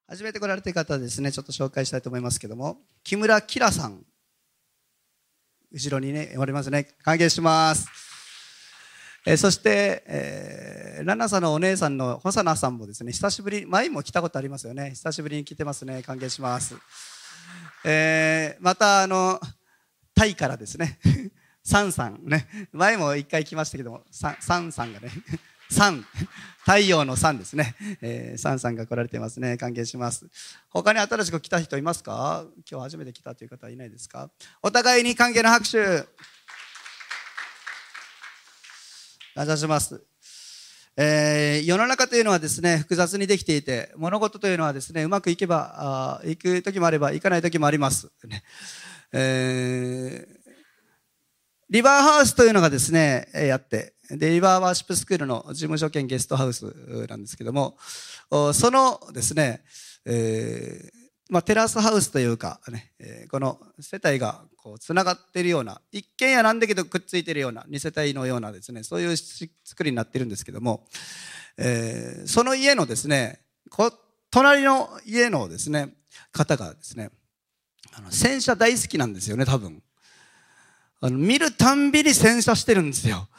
初めて来られている方ですね、ちょっと紹介したいと思いますけども、木村きらさん、後ろにね、おりますね。歓迎します。そして、ランナさんのお姉さんの細名さんもですね、久しぶり、前も来たことありますよね。久しぶりに来てますね。歓迎します。また、タイからですね、サンさんね、前も一回来ましたけども、サンさんがね、太陽のサンですね、サンさんが来られてますね。歓迎します。他に新しく来た人いますか？今日初めて来たという方はいないですか？お互いに歓迎の拍手。感謝します。世の中というのはですね、複雑にできていて、物事というのはですね、うまくいけばいく時もあればいかない時もあります。リバーハウスというのがですね、あって、で、リバーワーシップスクールの事務所兼ゲストハウスなんですけども、そのですね、テラスハウスというか、ね、この世帯がこうつながっているような、一軒家なんだけどくっついているような、二世帯のようなですね、そういう作りになっているんですけども、その家のですね、隣の家のですね、方がですね、洗車大好きなんですよね、多分。見るたんびに洗車してるんですよ。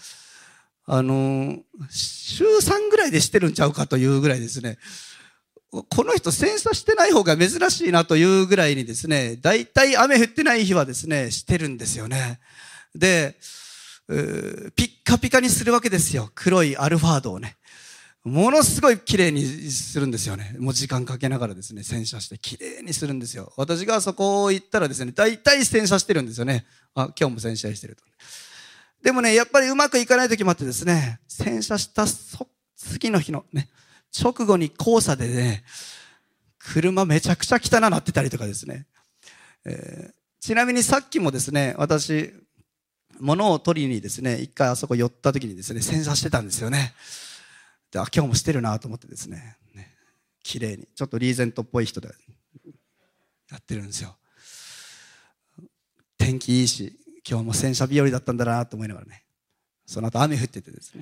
週3ぐらいでしてるんちゃうかというぐらいですね。この人洗車してない方が珍しいなというぐらいにですね、だいたい雨降ってない日はですね、してるんですよね。で、ピッカピカにするわけですよ。黒いアルファードをね。ものすごい綺麗にするんですよね。もう時間かけながらですね、洗車して綺麗にするんですよ。私がそこ行ったらですね、大体洗車してるんですよね。今日も洗車してると。でもね、やっぱりうまくいかない時もあってですね、洗車した次の日のね、直後に黄砂でね、車めちゃくちゃ汚なってたりとかですね。ちなみにさっきもですね、私、物を取りにですね、一回あそこ寄った時にですね、洗車してたんですよね。で、今日もしてるなと思ってですね、綺麗に、ちょっとリーゼントっぽい人でやってるんですよ。天気いいし、今日も洗車日和だったんだなと思いながらね、その後雨降っててですね、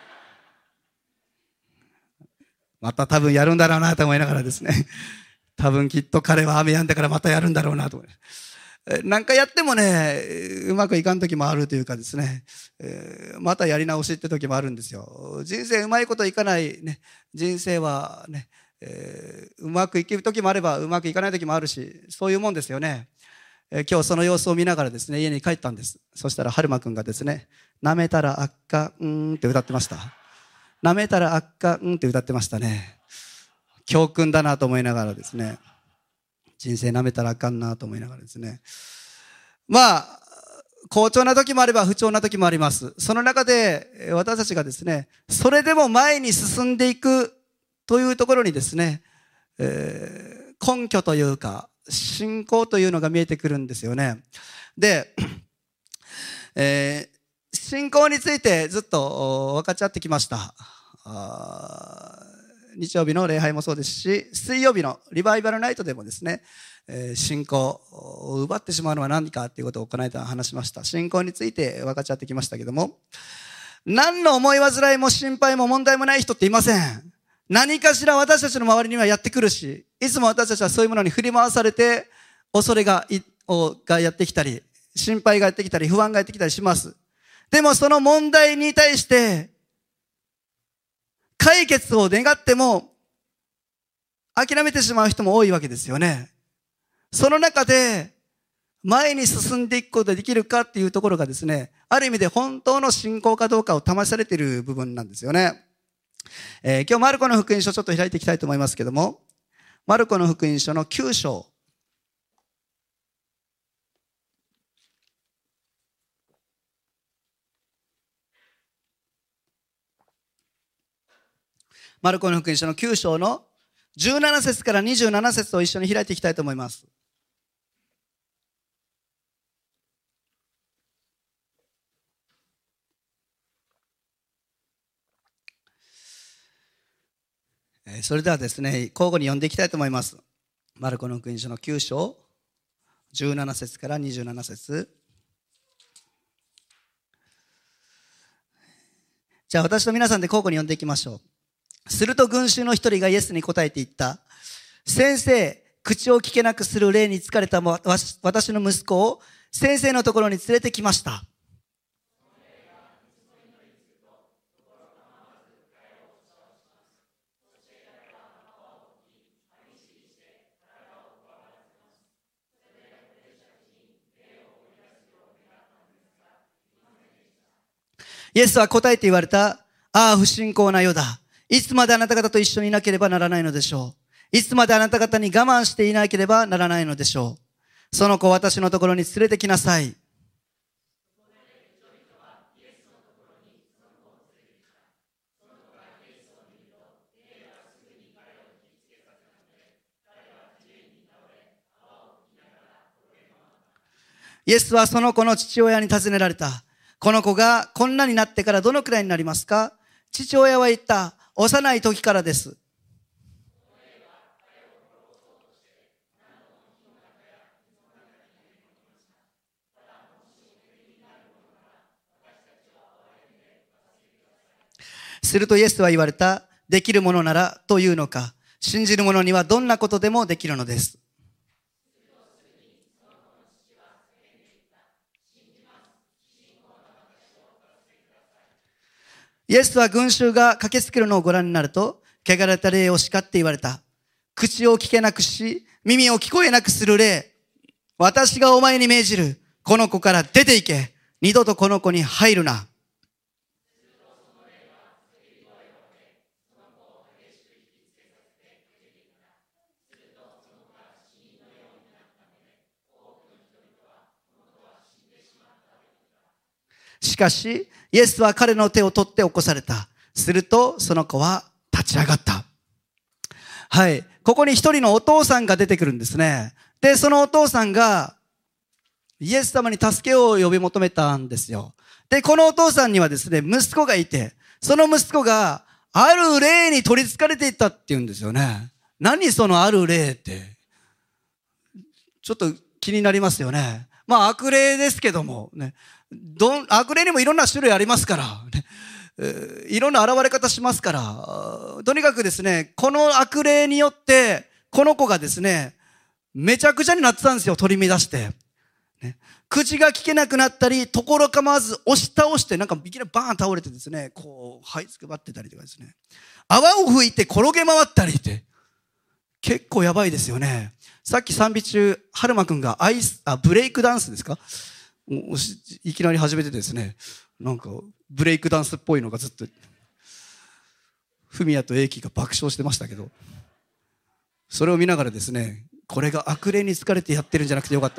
また多分やるんだろうなと思いながらですね、多分きっと彼は雨止んだからまたやるんだろうなと思いながら、なんかやってもね、うまくいかん時もあるというかですね、またやり直しって時もあるんですよ。人生うまいこといかないね、人生はね、うまくいく時もあればうまくいかない時もあるし、そういうもんですよね。今日その様子を見ながらですね、家に帰ったんです。そしたら春馬くんがですね、舐めたらあっかって歌ってました。舐めたらあっかって歌ってましたね。教訓だなと思いながらですね、人生舐めたらあかんなと思いながらですね。まあ、好調な時もあれば不調な時もあります。その中で私たちがですね、それでも前に進んでいくというところにですね、根拠というか、信仰というのが見えてくるんですよね。で、信仰についてずっと分かち合ってきました。日曜日の礼拝もそうですし、水曜日のリバイバルナイトでもですね、信仰を奪ってしまうのは何かということをこの間話しました。信仰について分かち合ってきましたけども、何の思い煩いも心配も問題もない人っていません。何かしら私たちの周りにはやってくるし、いつも私たちはそういうものに振り回されて、恐れがやってきたり、心配がやってきたり、不安がやってきたりします。でもその問題に対して、解決を願っても、諦めてしまう人も多いわけですよね。その中で、前に進んでいくことができるかっていうところがですね、ある意味で本当の信仰かどうかを試されている部分なんですよね。今日マルコの福音書ちょっと開いていきたいと思いますけども、マルコの福音書の9章。マルコの福音書の9章の17節から27節を一緒に開いていきたいと思います。それではですね、交互に読んでいきたいと思います。マルコの福音書の9章、17節から27節。じゃあ私と皆さんで交互に読んでいきましょう。すると群衆の一人がイエスに答えて言った。 先生、口を聞けなくする霊に疲れた私の息子を先生のところに連れてきました。イエスは答えて言われた。ああ、不信仰な世だ。いつまであなた方と一緒にいなければならないのでしょう。いつまであなた方に我慢していなければならないのでしょう。その子を私のところに連れてきなさい。イエスはその子の父親に尋ねられた。この子がこんなになってからどのくらいになりますか？父親は言った。幼い時からです。するとイエスは言われた。できるものならというのか。信じる者にはどんなことでもできるのです。イエスは群衆が駆けつけるのをご覧になると、汚れた霊を叱って言われた。口を聞けなくし、耳を聞こえなくする霊。私がお前に命じる。この子から出て行け。二度とこの子に入るな。しかし、イエスは彼の手を取って起こされた。すると、その子は立ち上がった。はい。ここに一人のお父さんが出てくるんですね。で、そのお父さんが、イエス様に助けを呼び求めたんですよ。で、このお父さんにはですね、息子がいて、その息子が、ある霊に取り憑かれていったって言うんですよね。何そのある霊って。ちょっと気になりますよね。まあ悪霊ですけども、ね。悪霊にもいろんな種類ありますから、ね。いろんな現れ方しますから、とにかくですね、この悪霊によって、この子がですね、めちゃくちゃになってたんですよ、取り乱して。ね、口が聞けなくなったり、ところ構わず押し倒して、なんかいきなりバーン倒れてですね、こう、這いつくばってたりとかですね。泡を吹いて転げ回ったりって、結構やばいですよね。さっき賛美中、春馬くんがブレイクダンスですか？いきなり始めてですね、なんかブレイクダンスっぽいのがずっと、フミヤとエイキが爆笑してましたけど、それを見ながらですね、これが悪霊に疲れてやってるんじゃなくてよかった。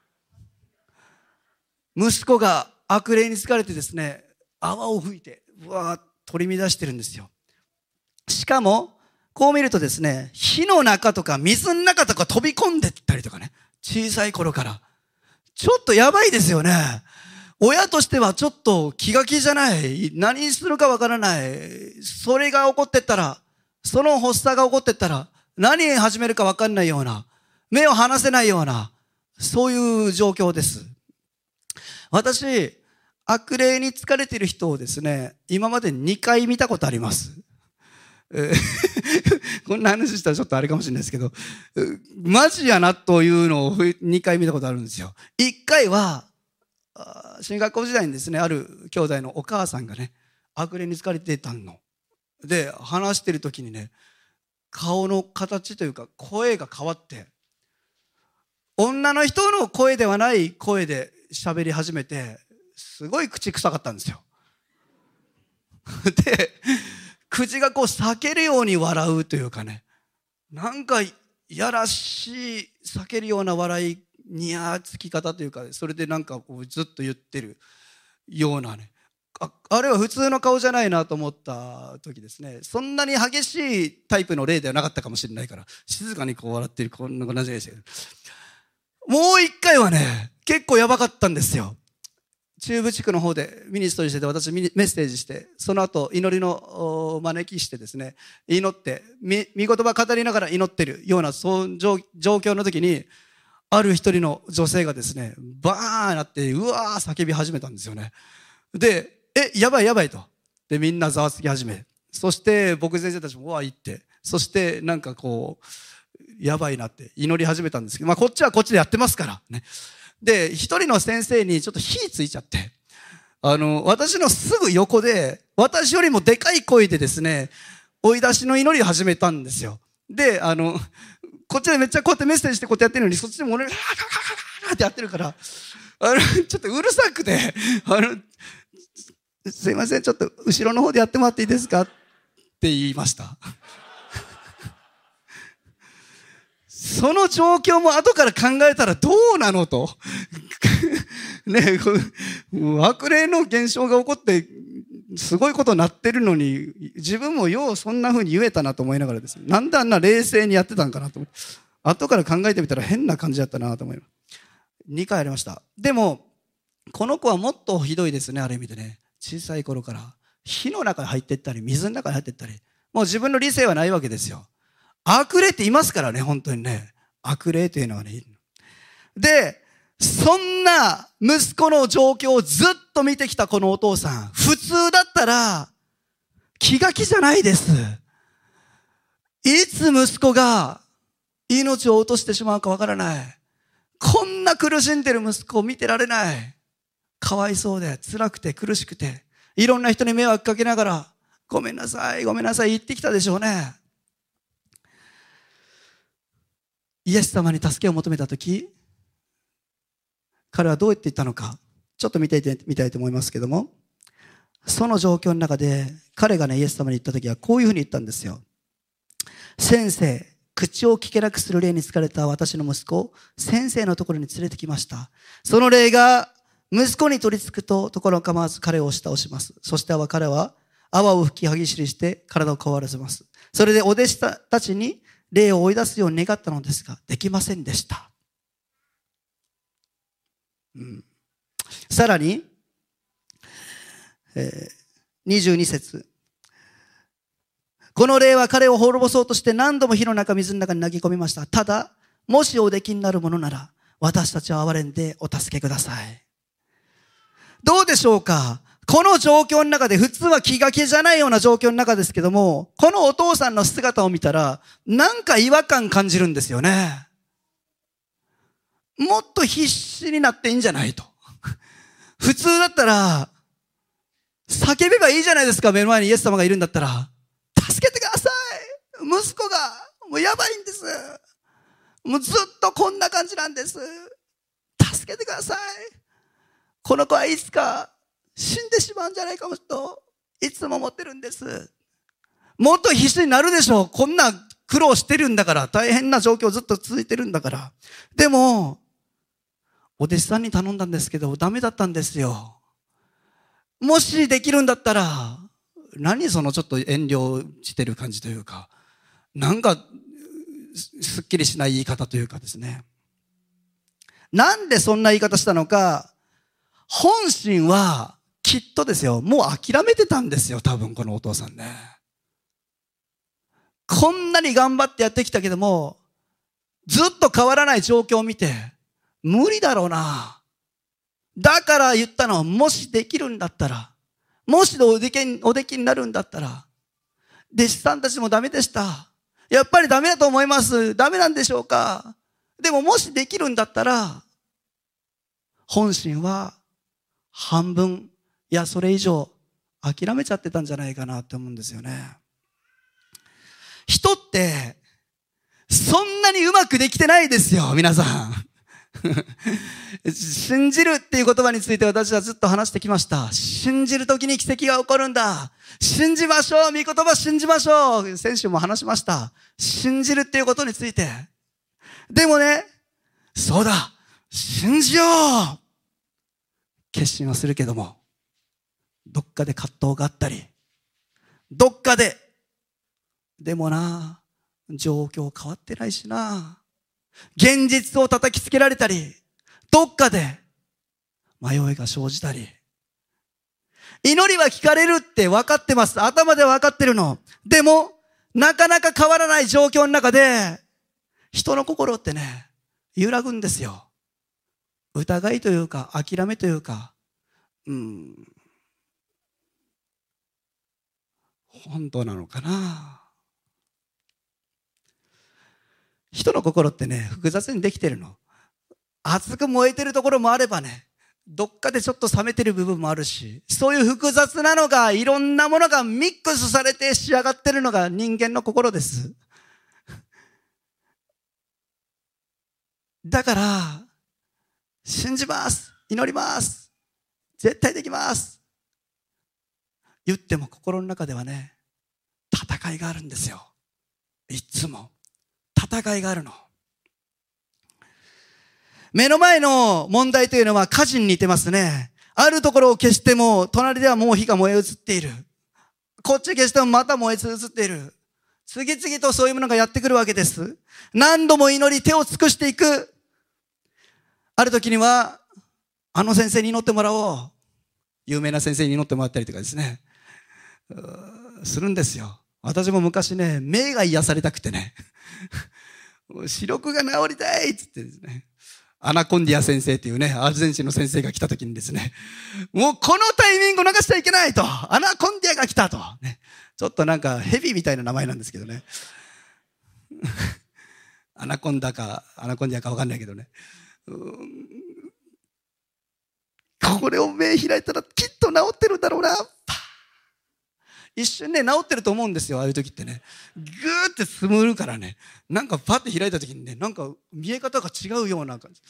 息子が悪霊に疲れてですね、泡を吹いて、うわー取り乱してるんですよ。しかも、こう見るとですね、火の中とか水の中とか飛び込んでったりとかね、小さい頃から。ちょっとやばいですよね。親としてはちょっと気が気じゃない。何するかわからない。それが起こってったら、その発作が起こってったら、何始めるかわかんないような、目を離せないような、そういう状況です。私、悪霊に疲れている人をですね、今まで2回見たことあります。こんな話したらちょっとあれかもしれないですけど、マジやなというのを2回見たことあるんですよ。1回は、進学校時代にですね、ある兄弟のお母さんがね、悪霊に疲れてたの。で、話してる時にね、顔の形というか声が変わって、女の人の声ではない声で喋り始めて、すごい口臭かったんですよ。で、口がこう裂けるように笑うというかね、なんかやらしい裂けるような笑いにやつき方というか、それでなんかこうずっと言ってるようなね、あれは普通の顔じゃないなと思った時ですね、そんなに激しいタイプの例ではなかったかもしれないから、静かにこう笑ってるこんな感じでしたけど、もう一回はね、結構やばかったんですよ。中部地区の方でミニストリーしてて、私メッセージして、その後祈りの招きしてですね、祈って御言葉語りながら祈ってるようなそう状況の時に、ある一人の女性がですね、バーンなってうわー叫び始めたんですよね。で、やばいやばいと。で、みんなざわつき始め、そして僕先生たちもうわー言って、そしてなんかこやばいなって祈り始めたんですけど、こっちはこっちでやってますからね。で、一人の先生にちょっと火ついちゃって、私のすぐ横で、私よりもでかい声でですね、追い出しの祈りを始めたんですよ。で、こっちでめっちゃこうやってメッセージしてこうやってやってるのに、そっちでも俺がってやってるから、ちょっとうるさくて、すいません、ちょっと後ろの方でやってもらっていいですかって言いました。その状況も後から考えたらどうなのと。ね、悪霊の現象が起こって、すごいことになってるのに、自分もようそんな風に言えたなと思いながらですね、なんであんな冷静にやってたんかなと思って、後から考えてみたら変な感じだったなと思います。2回ありました。でも、この子はもっとひどいですね、ある意味でね。小さい頃から火の中に入っていったり、水の中に入っていったり、もう自分の理性はないわけですよ。悪霊っていますからね、本当にね。悪霊というのはね。で、そんな息子の状況をずっと見てきたこのお父さん、普通だったら気が気じゃないです。いつ息子が命を落としてしまうかわからない。こんな苦しんでる息子を見てられない。かわいそうで辛くて苦しくて、いろんな人に迷惑かけながら、ごめんなさい、ごめんなさい言ってきたでしょうね。イエス様に助けを求めたとき、彼はどう言って言ったのか、ちょっと見てみたいと思いますけども、その状況の中で彼がね、イエス様に言ったときはこういうふうに言ったんですよ。先生、口を聞けなくする霊に疲れた私の息子を先生のところに連れてきました。その霊が息子に取り付くと、ところを構わず彼を押し倒します。そして彼は泡を吹き歯ぎしりして体を変わらせます。それでお弟子たちに霊を追い出すように願ったのですが、できませんでした。さらに、22節。この霊は彼を滅ぼそうとして何度も火の中、水の中に投げ込みました。ただ、もしおできになるものなら、私たちを憐れんでお助けください。どうでしょうか？この状況の中で、普通は気が気じゃないような状況の中ですけども、このお父さんの姿を見たら、なんか違和感感じるんですよね。もっと必死になっていいんじゃないと。普通だったら、叫べばいいじゃないですか、目の前にイエス様がいるんだったら。助けてください。息子が、もうやばいんです。もうずっとこんな感じなんです。助けてください。この子はいつか死んでしまうんじゃないかもと、いつも思ってるんです。もっと必死になるでしょう。こんな苦労してるんだから、大変な状況ずっと続いてるんだから。でも、お弟子さんに頼んだんですけど、ダメだったんですよ。もしできるんだったら、何そのちょっと遠慮してる感じというか、なんか、すっきりしない言い方というかですね。なんでそんな言い方したのか、本心はきっとですよ、もう諦めてたんですよ、多分このお父さんね。こんなに頑張ってやってきたけども、ずっと変わらない状況を見て、無理だろうな。だから言ったのは、もしできるんだったら、もしおできになるんだったら、弟子さんたちもダメでした。やっぱりダメだと思います。ダメなんでしょうか。でももしできるんだったら、本心は半分、いやそれ以上諦めちゃってたんじゃないかなって思うんですよね。人ってそんなにうまくできてないですよ、皆さん。信じるっていう言葉について私はずっと話してきました。信じるときに奇跡が起こるんだ。信じましょう。御言葉信じましょう。先週も話しました。信じるっていうことについて。でもね、そうだ、信じよう。決心はするけども、どっかで葛藤があったり、どっかで、でもな、状況変わってないしな。現実を叩きつけられたり、どっかで迷いが生じたり。祈りは聞かれるって分かってます。頭で分かってるの。でも、なかなか変わらない状況の中で、人の心ってね、揺らぐんですよ。疑いというか、諦めというか、本当なのかな。 人の心ってね、複雑にできてるの。熱く燃えてるところもあればね、どっかでちょっと冷めてる部分もあるし、そういう複雑なのが、いろんなものがミックスされて仕上がってるのが人間の心です。だから、信じます。祈ります。絶対できます。言っても心の中ではね、戦いがあるんですよ。いつも。戦いがあるの。目の前の問題というのは火事に似てますね。あるところを消しても、隣ではもう火が燃え移っている。こっち消してもまた燃え移っている。次々とそういうものがやってくるわけです。何度も祈り手を尽くしていく。ある時には、あの先生に祈ってもらおう。有名な先生に祈ってもらったりとかですね。するんですよ。私も昔ね、目が癒されたくてね。視力が治りたいっつってですね。アナコンディア先生っていうね、アルゼンチンの先生が来た時にですね、もうこのタイミングを逃しちゃいけないと。アナコンディアが来たと。ね、ちょっとなんかヘビみたいな名前なんですけどね。アナコンダか、アナコンディアかわかんないけどね。これを目開いたらきっと治ってるんだろうな。一瞬ね、治ってると思うんですよ、ああいう時ってね。ぐーってつむるからね。なんかパッて開いた時にね、なんか見え方が違うような感じ。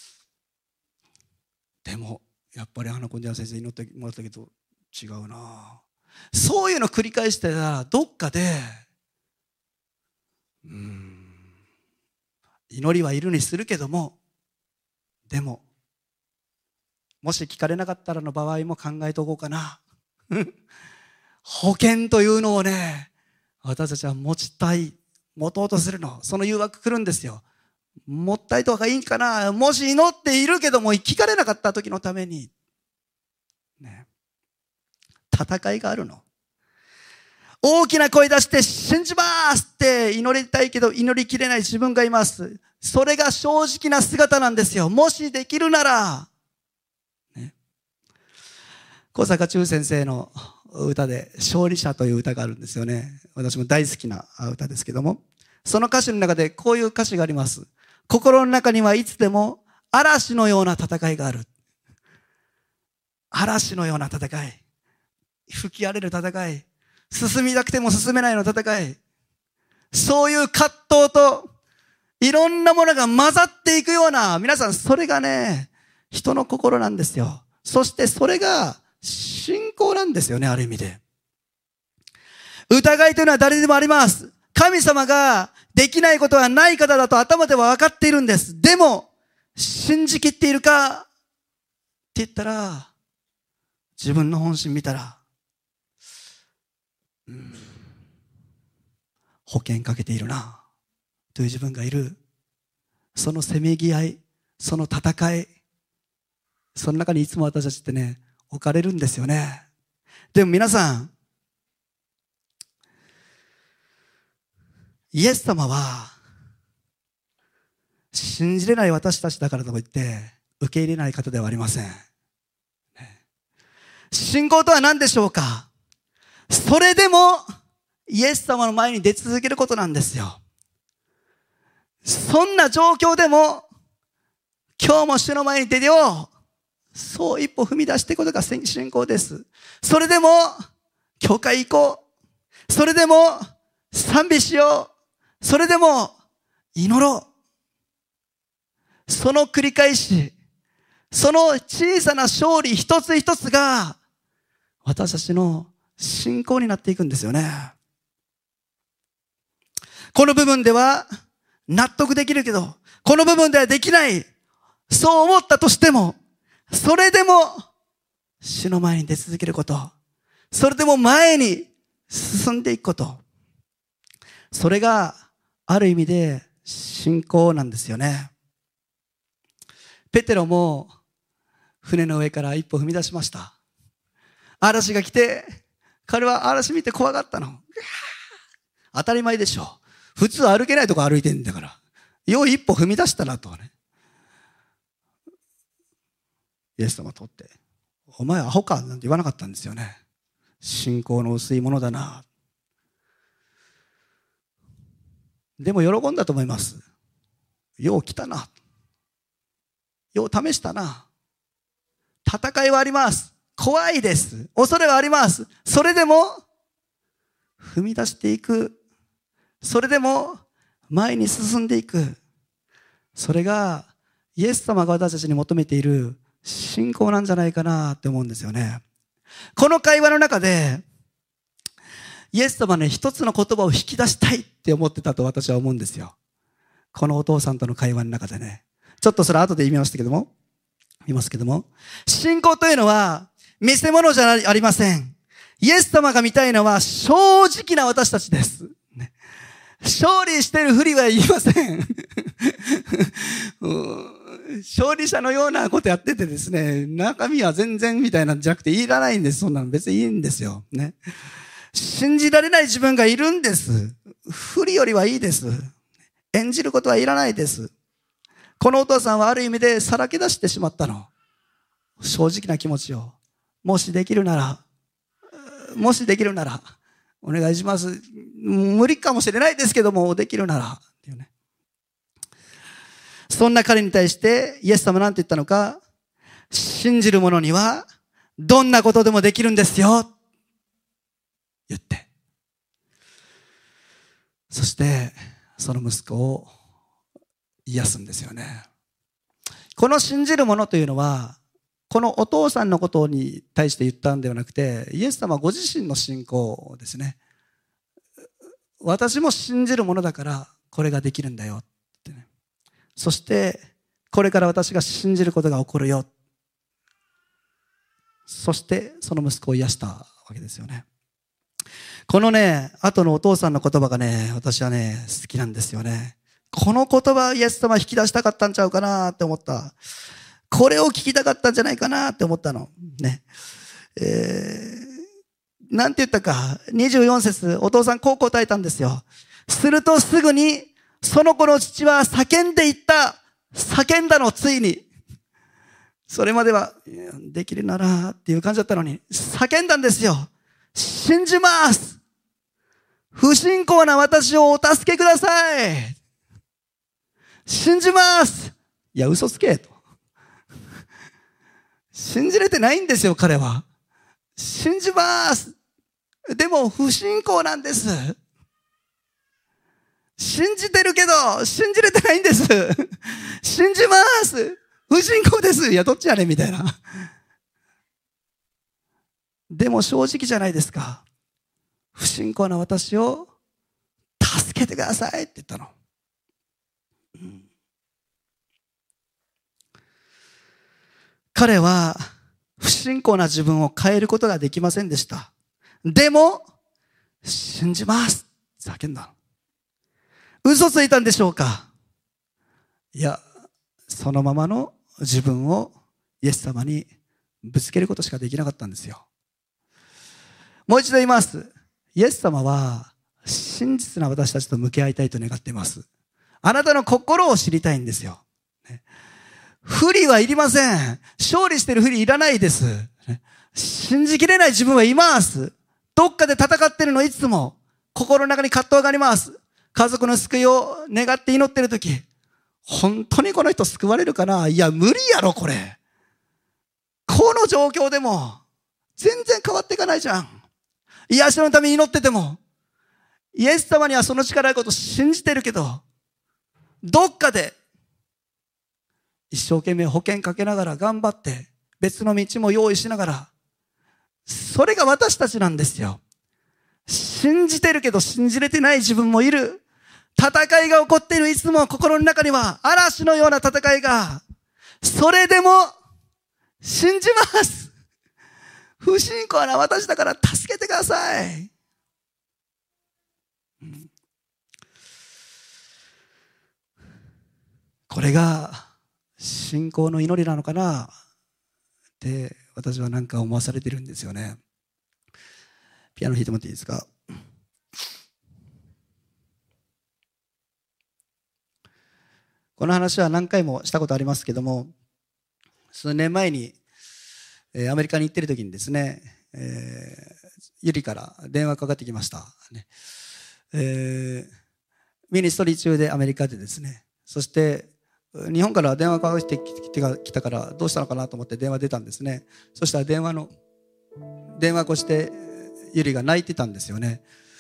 でも、やっぱりコンディア先生に祈ってもらったけど、違うな。そういうの繰り返してたら、どっかで、祈りはいるにするけども、でも、もし聞かれなかったらの場合も考えておこうかな。保険というのをね、私たちは持とうとするの。その誘惑来るんですよ。持ったいとかいいかな。もし祈っているけども聞かれなかった時のために、ね、戦いがあるの。大きな声出して信じますって祈りたいけど祈りきれない自分がいます。それが正直な姿なんですよ。もしできるなら、ね、小坂忠先生の歌で勝利者という歌があるんですよね。私も大好きな歌ですけども、その歌詞の中でこういう歌詞があります。心の中にはいつでも嵐のような戦いがある。嵐のような戦い、吹き荒れる戦い、進みたくても進めないの戦い、そういう葛藤といろんなものが混ざっていくような、皆さんそれがね、人の心なんですよ。そしてそれが信仰なんですよね、ある意味で。疑いというのは誰でもあります。神様ができないことはない方だと頭では分かっているんです。でも、信じきっているかって言ったら、自分の本心見たら、保険かけているな、という自分がいる。そのせめぎ合い、その戦い、その中にいつも私たちってね、置かれるんですよね。でも皆さん、イエス様は信じれない私たちだからといって受け入れない方ではありません。信仰とは何でしょうか。それでもイエス様の前に出続けることなんですよ。そんな状況でも今日も主の前に出よう、そう一歩踏み出していくことが信仰です。それでも教会行こう、それでも賛美しよう、それでも祈ろう。その繰り返し、その小さな勝利一つ一つが私たちの信仰になっていくんですよね。この部分では納得できるけど、この部分ではできない、そう思ったとしても、それでも主の前に出続けること、それでも前に進んでいくこと、それがある意味で信仰なんですよね。ペテロも船の上から一歩踏み出しました。嵐が来て、彼は嵐見て怖がったの。当たり前でしょ。普通歩けないとこ歩いてんだから。よい一歩踏み出したなとね。イエス様とって、お前アホかなんて言わなかったんですよね。信仰の薄いものだな。でも喜んだと思います。 よう来たな。よう試したな。戦いはあります。怖いです。恐れはあります。それでも、踏み出していく。それでも、前に進んでいく。それが、イエス様が私たちに求めている信仰なんじゃないかなって思うんですよね。この会話の中で、イエス様ね、一つの言葉を引き出したいって思ってたと私は思うんですよ。このお父さんとの会話の中でね。ちょっとそれ後で言いますけども、信仰というのは見せ物じゃありません。イエス様が見たいのは正直な私たちです。ね、勝利しているふりはいりません。勝利者のようなことやっててですね、中身は全然みたいなんじゃなくていらないんです。そんなの別にいいんですよ。ね。信じられない自分がいるんです。不利よりはいいです。演じることはいらないです。このお父さんはある意味でさらけ出してしまったの。正直な気持ちを。もしできるなら、お願いします。無理かもしれないですけども、できるなら。っていうね。そんな彼に対してイエス様なんて言ったのか、信じる者にはどんなことでもできるんですよ。言って。そして、その息子を癒すんですよね。この信じる者というのは、このお父さんのことに対して言ったんではなくて、イエス様ご自身の信仰ですね。私も信じる者だからこれができるんだよってね。そしてこれから私が信じることが起こるよ。そしてその息子を癒したわけですよね。このね、後のお父さんの言葉がね、私はね、好きなんですよね。この言葉をイエス様は引き出したかったんちゃうかなって思った。これを聞きたかったんじゃないかなって思ったの。ね。なんて言ったか、24節、お父さんこう答えたんですよ。するとすぐに、その子の父は叫んでいった。叫んだの、ついに。それまでは、できるならっていう感じだったのに、叫んだんですよ。信じます。不信仰な私をお助けください。信じます。いや、嘘つけと。信じれてないんですよ、彼は。信じます。でも、不信仰なんです。信じてるけど、信じれてないんです。信じます。不信仰です。いや、どっちやねんみたいな。でも正直じゃないですか。不信仰な私を助けてくださいって言ったの。彼は不信仰な自分を変えることができませんでした。でも、信じます叫んだ。嘘ついたんでしょうか。いや、そのままの自分をイエス様にぶつけることしかできなかったんですよ。もう一度言います。イエス様は真実な私たちと向き合いたいと願っています。あなたの心を知りたいんですよ。不利はいりません。勝利してる不利いらないです。信じきれない自分はいます。どっかで戦ってるのいつも。心の中に葛藤があります。家族の救いを願って祈ってるとき、本当にこの人救われるかな？いや、無理やろ、これ。この状況でも、全然変わっていかないじゃん。癒しのために祈ってても、イエス様にはその力あることを信じてるけど、どっかで、一生懸命保険かけながら頑張って、別の道も用意しながら、それが私たちなんですよ。信じてるけど信じれてない自分もいる。戦いが起こっているいつも心の中には嵐のような戦いが、それでも信じます。不信仰な私だから助けてください。これが信仰の祈りなのかなって私はなんか思わされてるんですよね。ピアノ弾いてもらっていいですか。この話は何回もしたことありますけども、数年前にアメリカに行ってる時にですね、ゆりから電話かかってきました、ね。ミニストリー中でアメリカでですね、 そして日本から電話がかかってきたからどうしたのかなと思って電話出たんですね。そしたら電話越してゆりが泣いてたんですよね。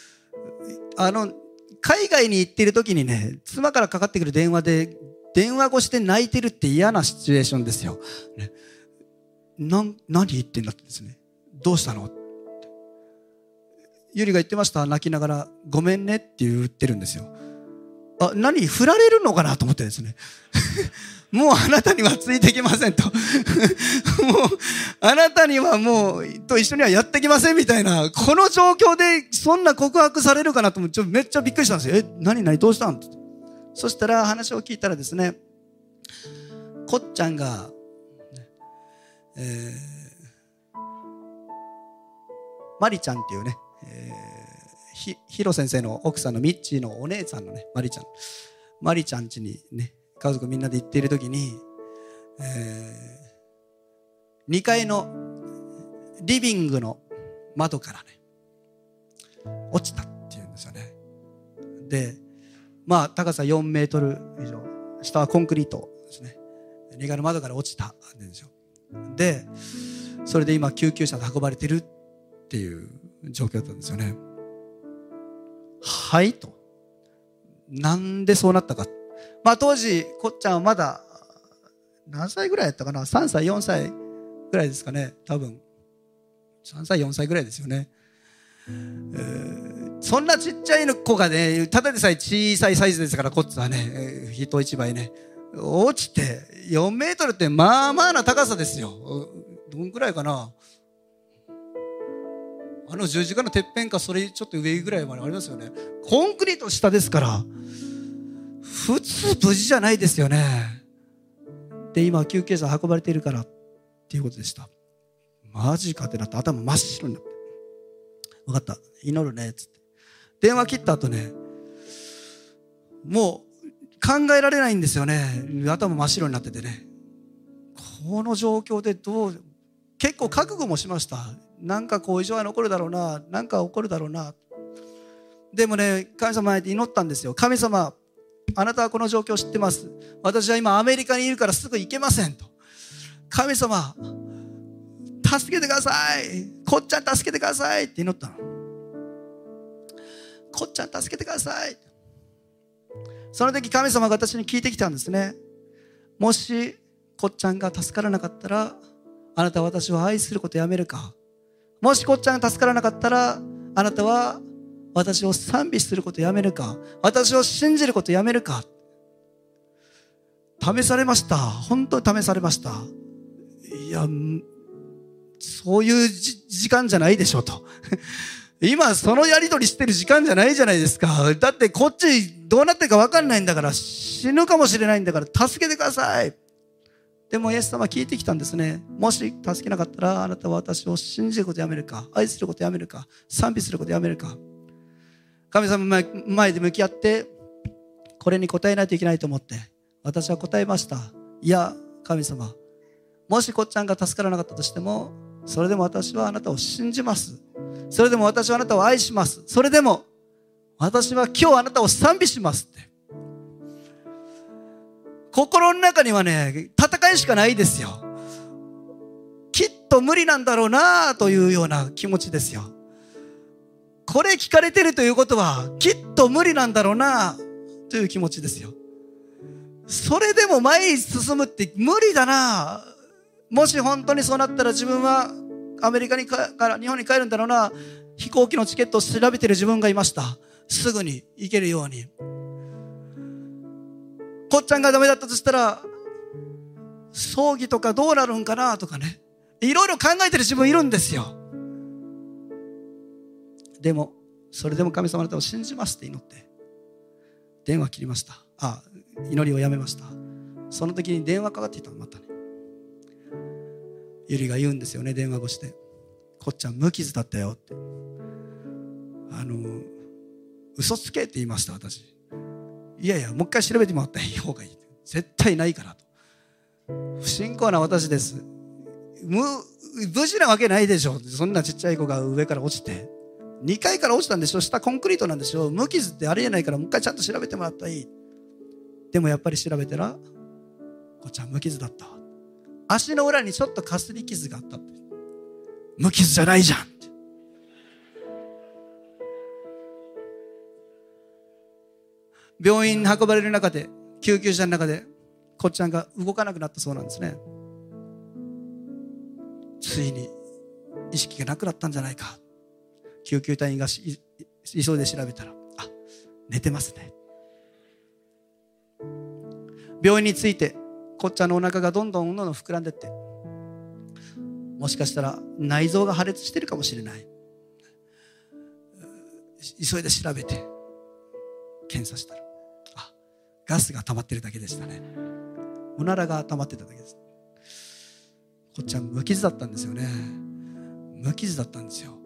海外に行っている時にね、妻からかかってくる電話で電話越して泣いてるって嫌なシチュエーションですよ、ね、何言ってんだってですね。どうしたの？ゆりが言ってました。泣きながらごめんねって言ってるんですよ。振られるのかなと思ってですねもうあなたにはついてきませんともうあなたにはもうと一緒にはやってきませんみたいな、この状況でそんな告白されるかなと思ってめっちゃびっくりしたんですよ。何どうしたん？そしたら話を聞いたらですね、こっちゃんが、マリちゃんっていうね、ヒロ先生の奥さんのミッチーのお姉さんのね、マリちゃん家にね、家族みんなで行っている時に、2階のリビングの窓からね落ちたっていうんですよね。で、高さ4メートル以上、下はコンクリートですね。2階の窓から落ちたんですよ。で、それで今救急車で運ばれてるっていう状況だったんですよね。はいと。なんでそうなったか。当時こっちゃんはまだ何歳ぐらいやったかな、3歳4歳ぐらいですかね、多分3歳4歳ぐらいですよね。そんなちっちゃい子がね、ただでさえ小さいサイズですから、こっちはね、人一倍ね、落ちて4メートルってまあまあな高さですよ。どんくらいかな、十字架のてっぺんかそれちょっと上ぐらいまでありますよね。コンクリート下ですから普通無事じゃないですよね。で、今救急車運ばれているからっていうことでした。マジかってなって頭真っ白になって、分かった、祈るねっつって電話切った後ね、もう考えられないんですよね。頭真っ白になっててね、この状況で結構覚悟もしました。なんか後遺症は残るだろうな、なんか起こるだろうな。でもね、神様に祈ったんですよ。神様、あなたはこの状況を知ってます。私は今アメリカにいるからすぐ行けませんと。神様、助けてください。こっちゃん助けてくださいって祈ったの。こっちゃん助けてください。その時神様が私に聞いてきたんですね。もしこっちゃんが助からなかったら、あなたは私を愛することやめるか。もしこっちゃんが助からなかったら、あなたは私を賛美することやめるか。私を信じることやめるか。試されました。本当に試されました。いや、そういう時間じゃないでしょうと。今そのやり取りしてる時間じゃないじゃないですか。だってこっちどうなってるか分かんないんだから、死ぬかもしれないんだから助けてください。でもイエス様は聞いてきたんですね。もし助けなかったら、あなたは私を信じることやめるか、愛することやめるか、賛美することやめるか。神様の前で向き合って、これに答えないといけないと思って、私は答えました。いや、神様、もしこっちゃんが助からなかったとしても、それでも私はあなたを信じます。それでも私はあなたを愛します。それでも私は今日あなたを賛美しますって。心の中にはね、戦いしかないですよ。きっと無理なんだろうなというような気持ちですよ。これ聞かれてるということは、きっと無理なんだろうなという気持ちですよ。それでも前に進むって無理だな。もし本当にそうなったら、自分はアメリカから日本に帰るんだろうな。飛行機のチケットを調べてる自分がいました。すぐに行けるように。こっちゃんがダメだったとしたら、葬儀とかどうなるんかなとかね、いろいろ考えてる自分いるんですよ。でもそれでも神様あなたを信じますって祈って電話切りました。祈りをやめました。その時に電話かかってきたの。またね、ゆりが言うんですよね、電話越しで。こっちゃん無傷だったよって。嘘つけって言いました。私、いやいや、もう一回調べてもらった方がいい。絶対ないからと。不信仰な私です。無事なわけないでしょ。そんなちっちゃい子が上から落ちて、2階から落ちたんでしょ。下コンクリートなんでしょ。無傷ってありえないから、もう一回ちゃんと調べてもらったらいい。 でもやっぱり調べたら、こっちは無傷だった。足の裏にちょっとかすり傷があったって。無傷じゃないじゃんって。病院に運ばれる中で、救急車の中で、こっちゃんが動かなくなったそうなんですね。ついに意識がなくなったんじゃないか。救急隊員が急いで調べたら、あ、寝てますね。病院に着いて、こっちゃんのお腹がどんどん膨らんでって、もしかしたら内臓が破裂してるかもしれない。急いで調べて検査したら、あ、ガスが溜まってるだけでしたね。おならが溜まってただけです。こっちは無傷だったんですよね。無傷だったんですよ。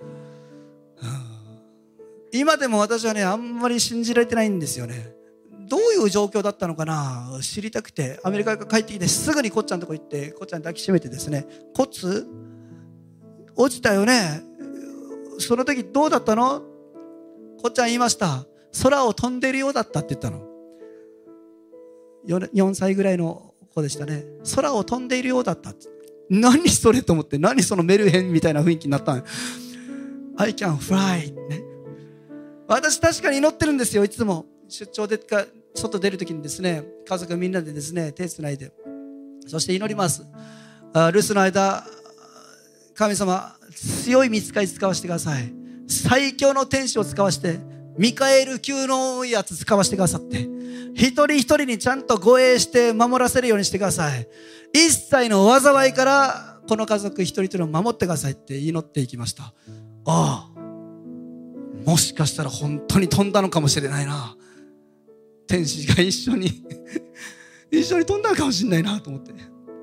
今でも私はね、あんまり信じられてないんですよね。どういう状況だったのかな、知りたくて、アメリカから帰ってきてすぐにこっちゃんのとこ行って、こっちゃん抱きしめてですね、骨落ちたよね、その時どうだったの、こっちゃん言いました。空を飛んでるようだったって言ったの。4歳ぐらいの子でしたね。空を飛んでいるようだったって。何それと思って、何そのメルヘンみたいな雰囲気になったの。 I can fly、ね、私確かに祈ってるんですよ。いつも出張でか外出るときにですね、家族みんなでですね、手つないで、そして祈ります。留守の間、神様、強い御使い使わせてください。最強の天使を使わせて、ミカエル級のやつ使わせてくださって、一人一人にちゃんと護衛して守らせるようにしてください。一切の災いからこの家族一人一人を守ってくださいって祈っていきました。ああ、もしかしたら本当に飛んだのかもしれないな。天使が一緒に飛んだのかもしれないなと思って。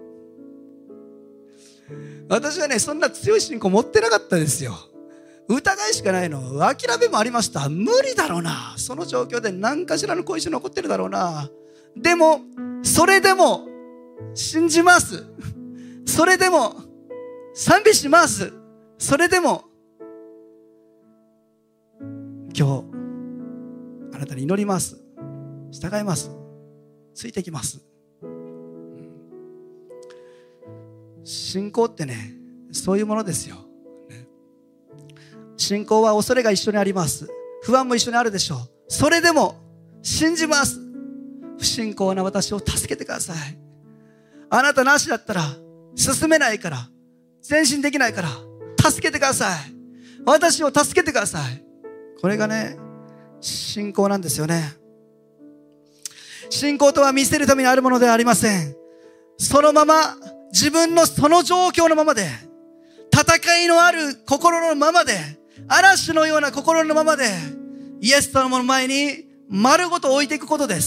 私はね、そんな強い信仰持ってなかったですよ。疑いしかないの。諦めもありました。無理だろうな、その状況で何かしらの後遺症残ってるだろうな。でもそれでも信じます。それでも賛美します。それでも今日あなたに祈ります。従います。ついてきます。信仰ってね、そういうものですよ。信仰は恐れが一緒にあります。不安も一緒にあるでしょう。それでも信じます。不信仰な私を助けてください。あなたなしだったら進めないから、前進できないから助けてください。私を助けてください。これがね、信仰なんですよね。信仰とは見せるためにあるものではありません。そのまま、自分のその状況のままで、戦いのある心のままで、嵐のような心のままで、イエス様の前に丸ごと置いていくことです。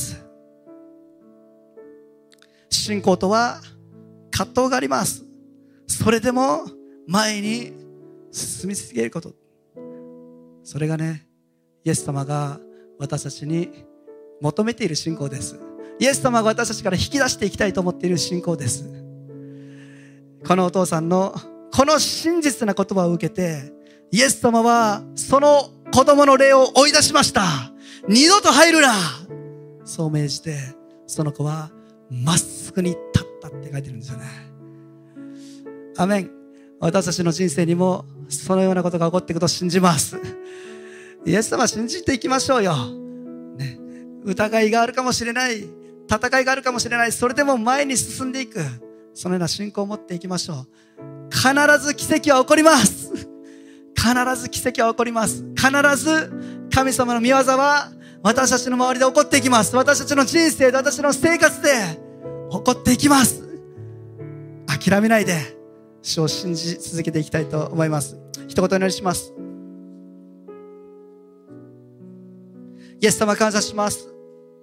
信仰とは葛藤があります。それでも前に進み続けること。それがね、イエス様が私たちに求めている信仰です。イエス様が私たちから引き出していきたいと思っている信仰です。このお父さんのこの真実な言葉を受けて、イエス様はその子供の霊を追い出しました。二度と入るな、そう命じて、その子はまっすぐに立ったって書いてるんですよね。アメン。私たちの人生にもそのようなことが起こっていくと信じます。イエス様信じていきましょうよ、ね、疑いがあるかもしれない、戦いがあるかもしれない。それでも前に進んでいく、そのような信仰を持っていきましょう。必ず奇跡は起こります。必ず奇跡は起こります。必ず神様の御業は私たちの周りで起こっていきます。私たちの人生で、私の生活で起こっていきます。諦めないで主を信じ続けていきたいと思います。一言お願いします。イエス様感謝します。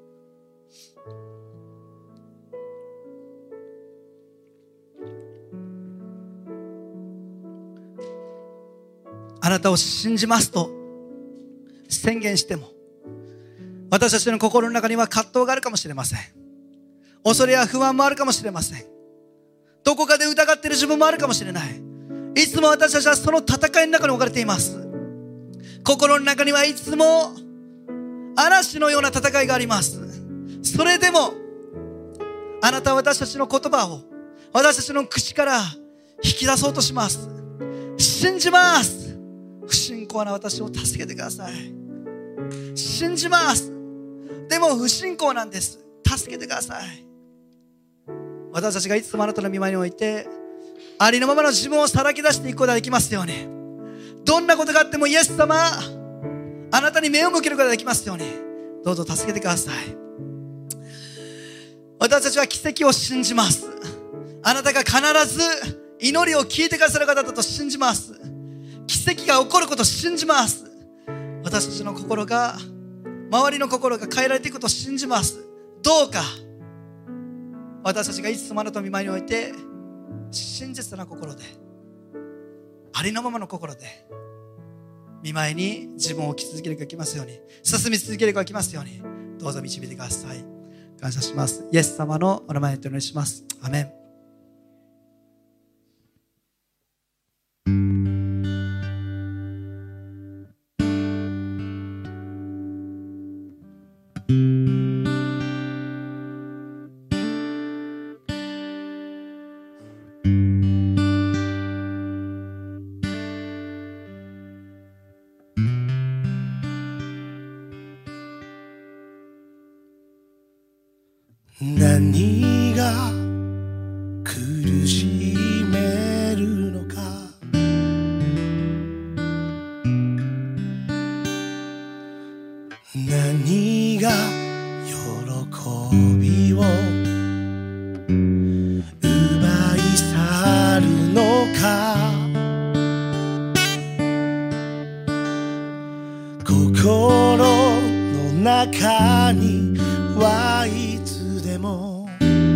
あなたを信じますと宣言しても、私たちの心の中には葛藤があるかもしれません。恐れや不安もあるかもしれません。どこかで疑っている自分もあるかもしれない。いつも私たちはその戦いの中に置かれています。心の中にはいつも嵐のような戦いがあります。 それでもあなたは私たちの言葉を私たちの口から引き出そうとします。信じます。不信仰な私を助けてください。信じます。でも不信仰なんです。助けてください。私たちがいつもあなたの御前においてありのままの自分をさらけ出していくことができますように。どんなことがあってもイエス様、あなたに目を向けることができますように。どうぞ助けてください。私たちは奇跡を信じます。あなたが必ず祈りを聞いてくださる方だと信じます。奇跡が起こることを信じます。私たちの心が、周りの心が変えられていくことを信じます。どうか私たちがいつもあなたの御前において真実な心で、ありのままの心で御前に自分を置き続けることができますように、進み続けることができますように、どうぞ導いてください。感謝します。イエス様のお名前でお祈りします。アメン。 何が苦しめるのか、何が喜びを奪い去るのか、心の中にはいつでも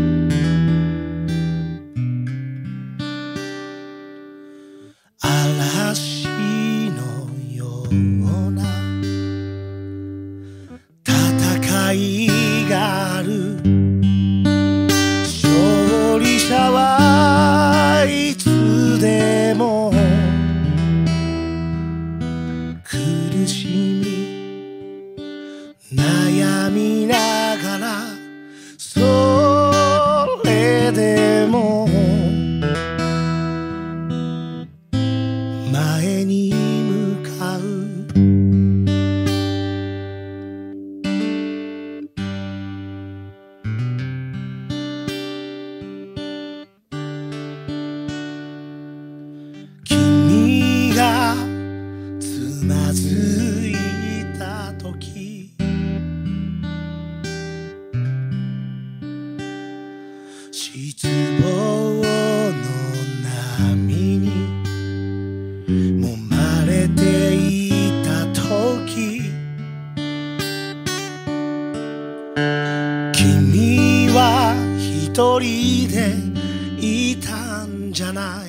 嵐のような戦いがある。勝利者はいつでも苦しみ悩みながら、それでも前に向かう。君がつまずいた時、失望の波に揉まれていた時、君は一人でいたんじゃない。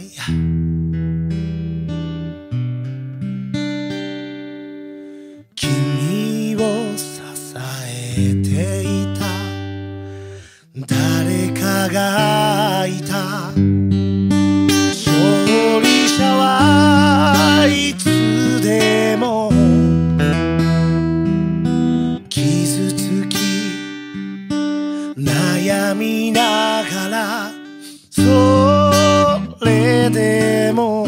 君を支えていた誰かがいた。勝利者はいつでも傷つき悩みながら、それでも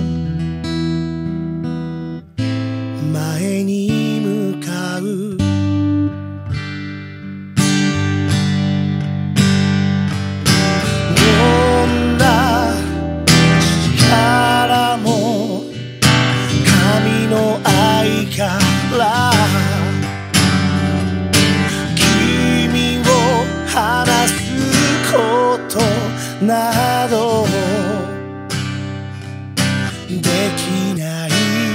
前に向かう。どんな力も神の愛から君を離すことなどできない。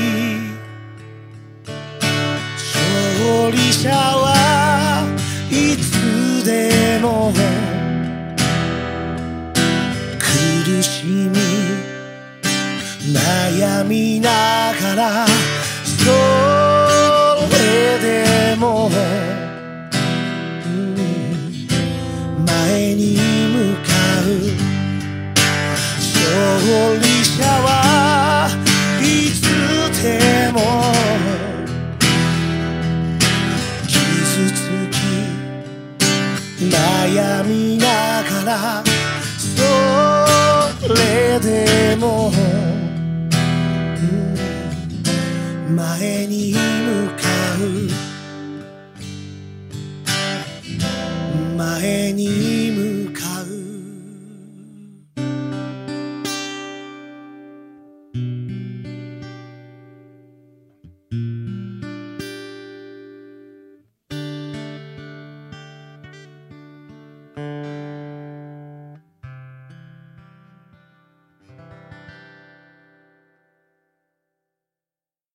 勝利者はいつでも苦しみ悩みながら、それでも前に向かう。勝利者はいつでも傷つきらそれでも前に向かう前に向かう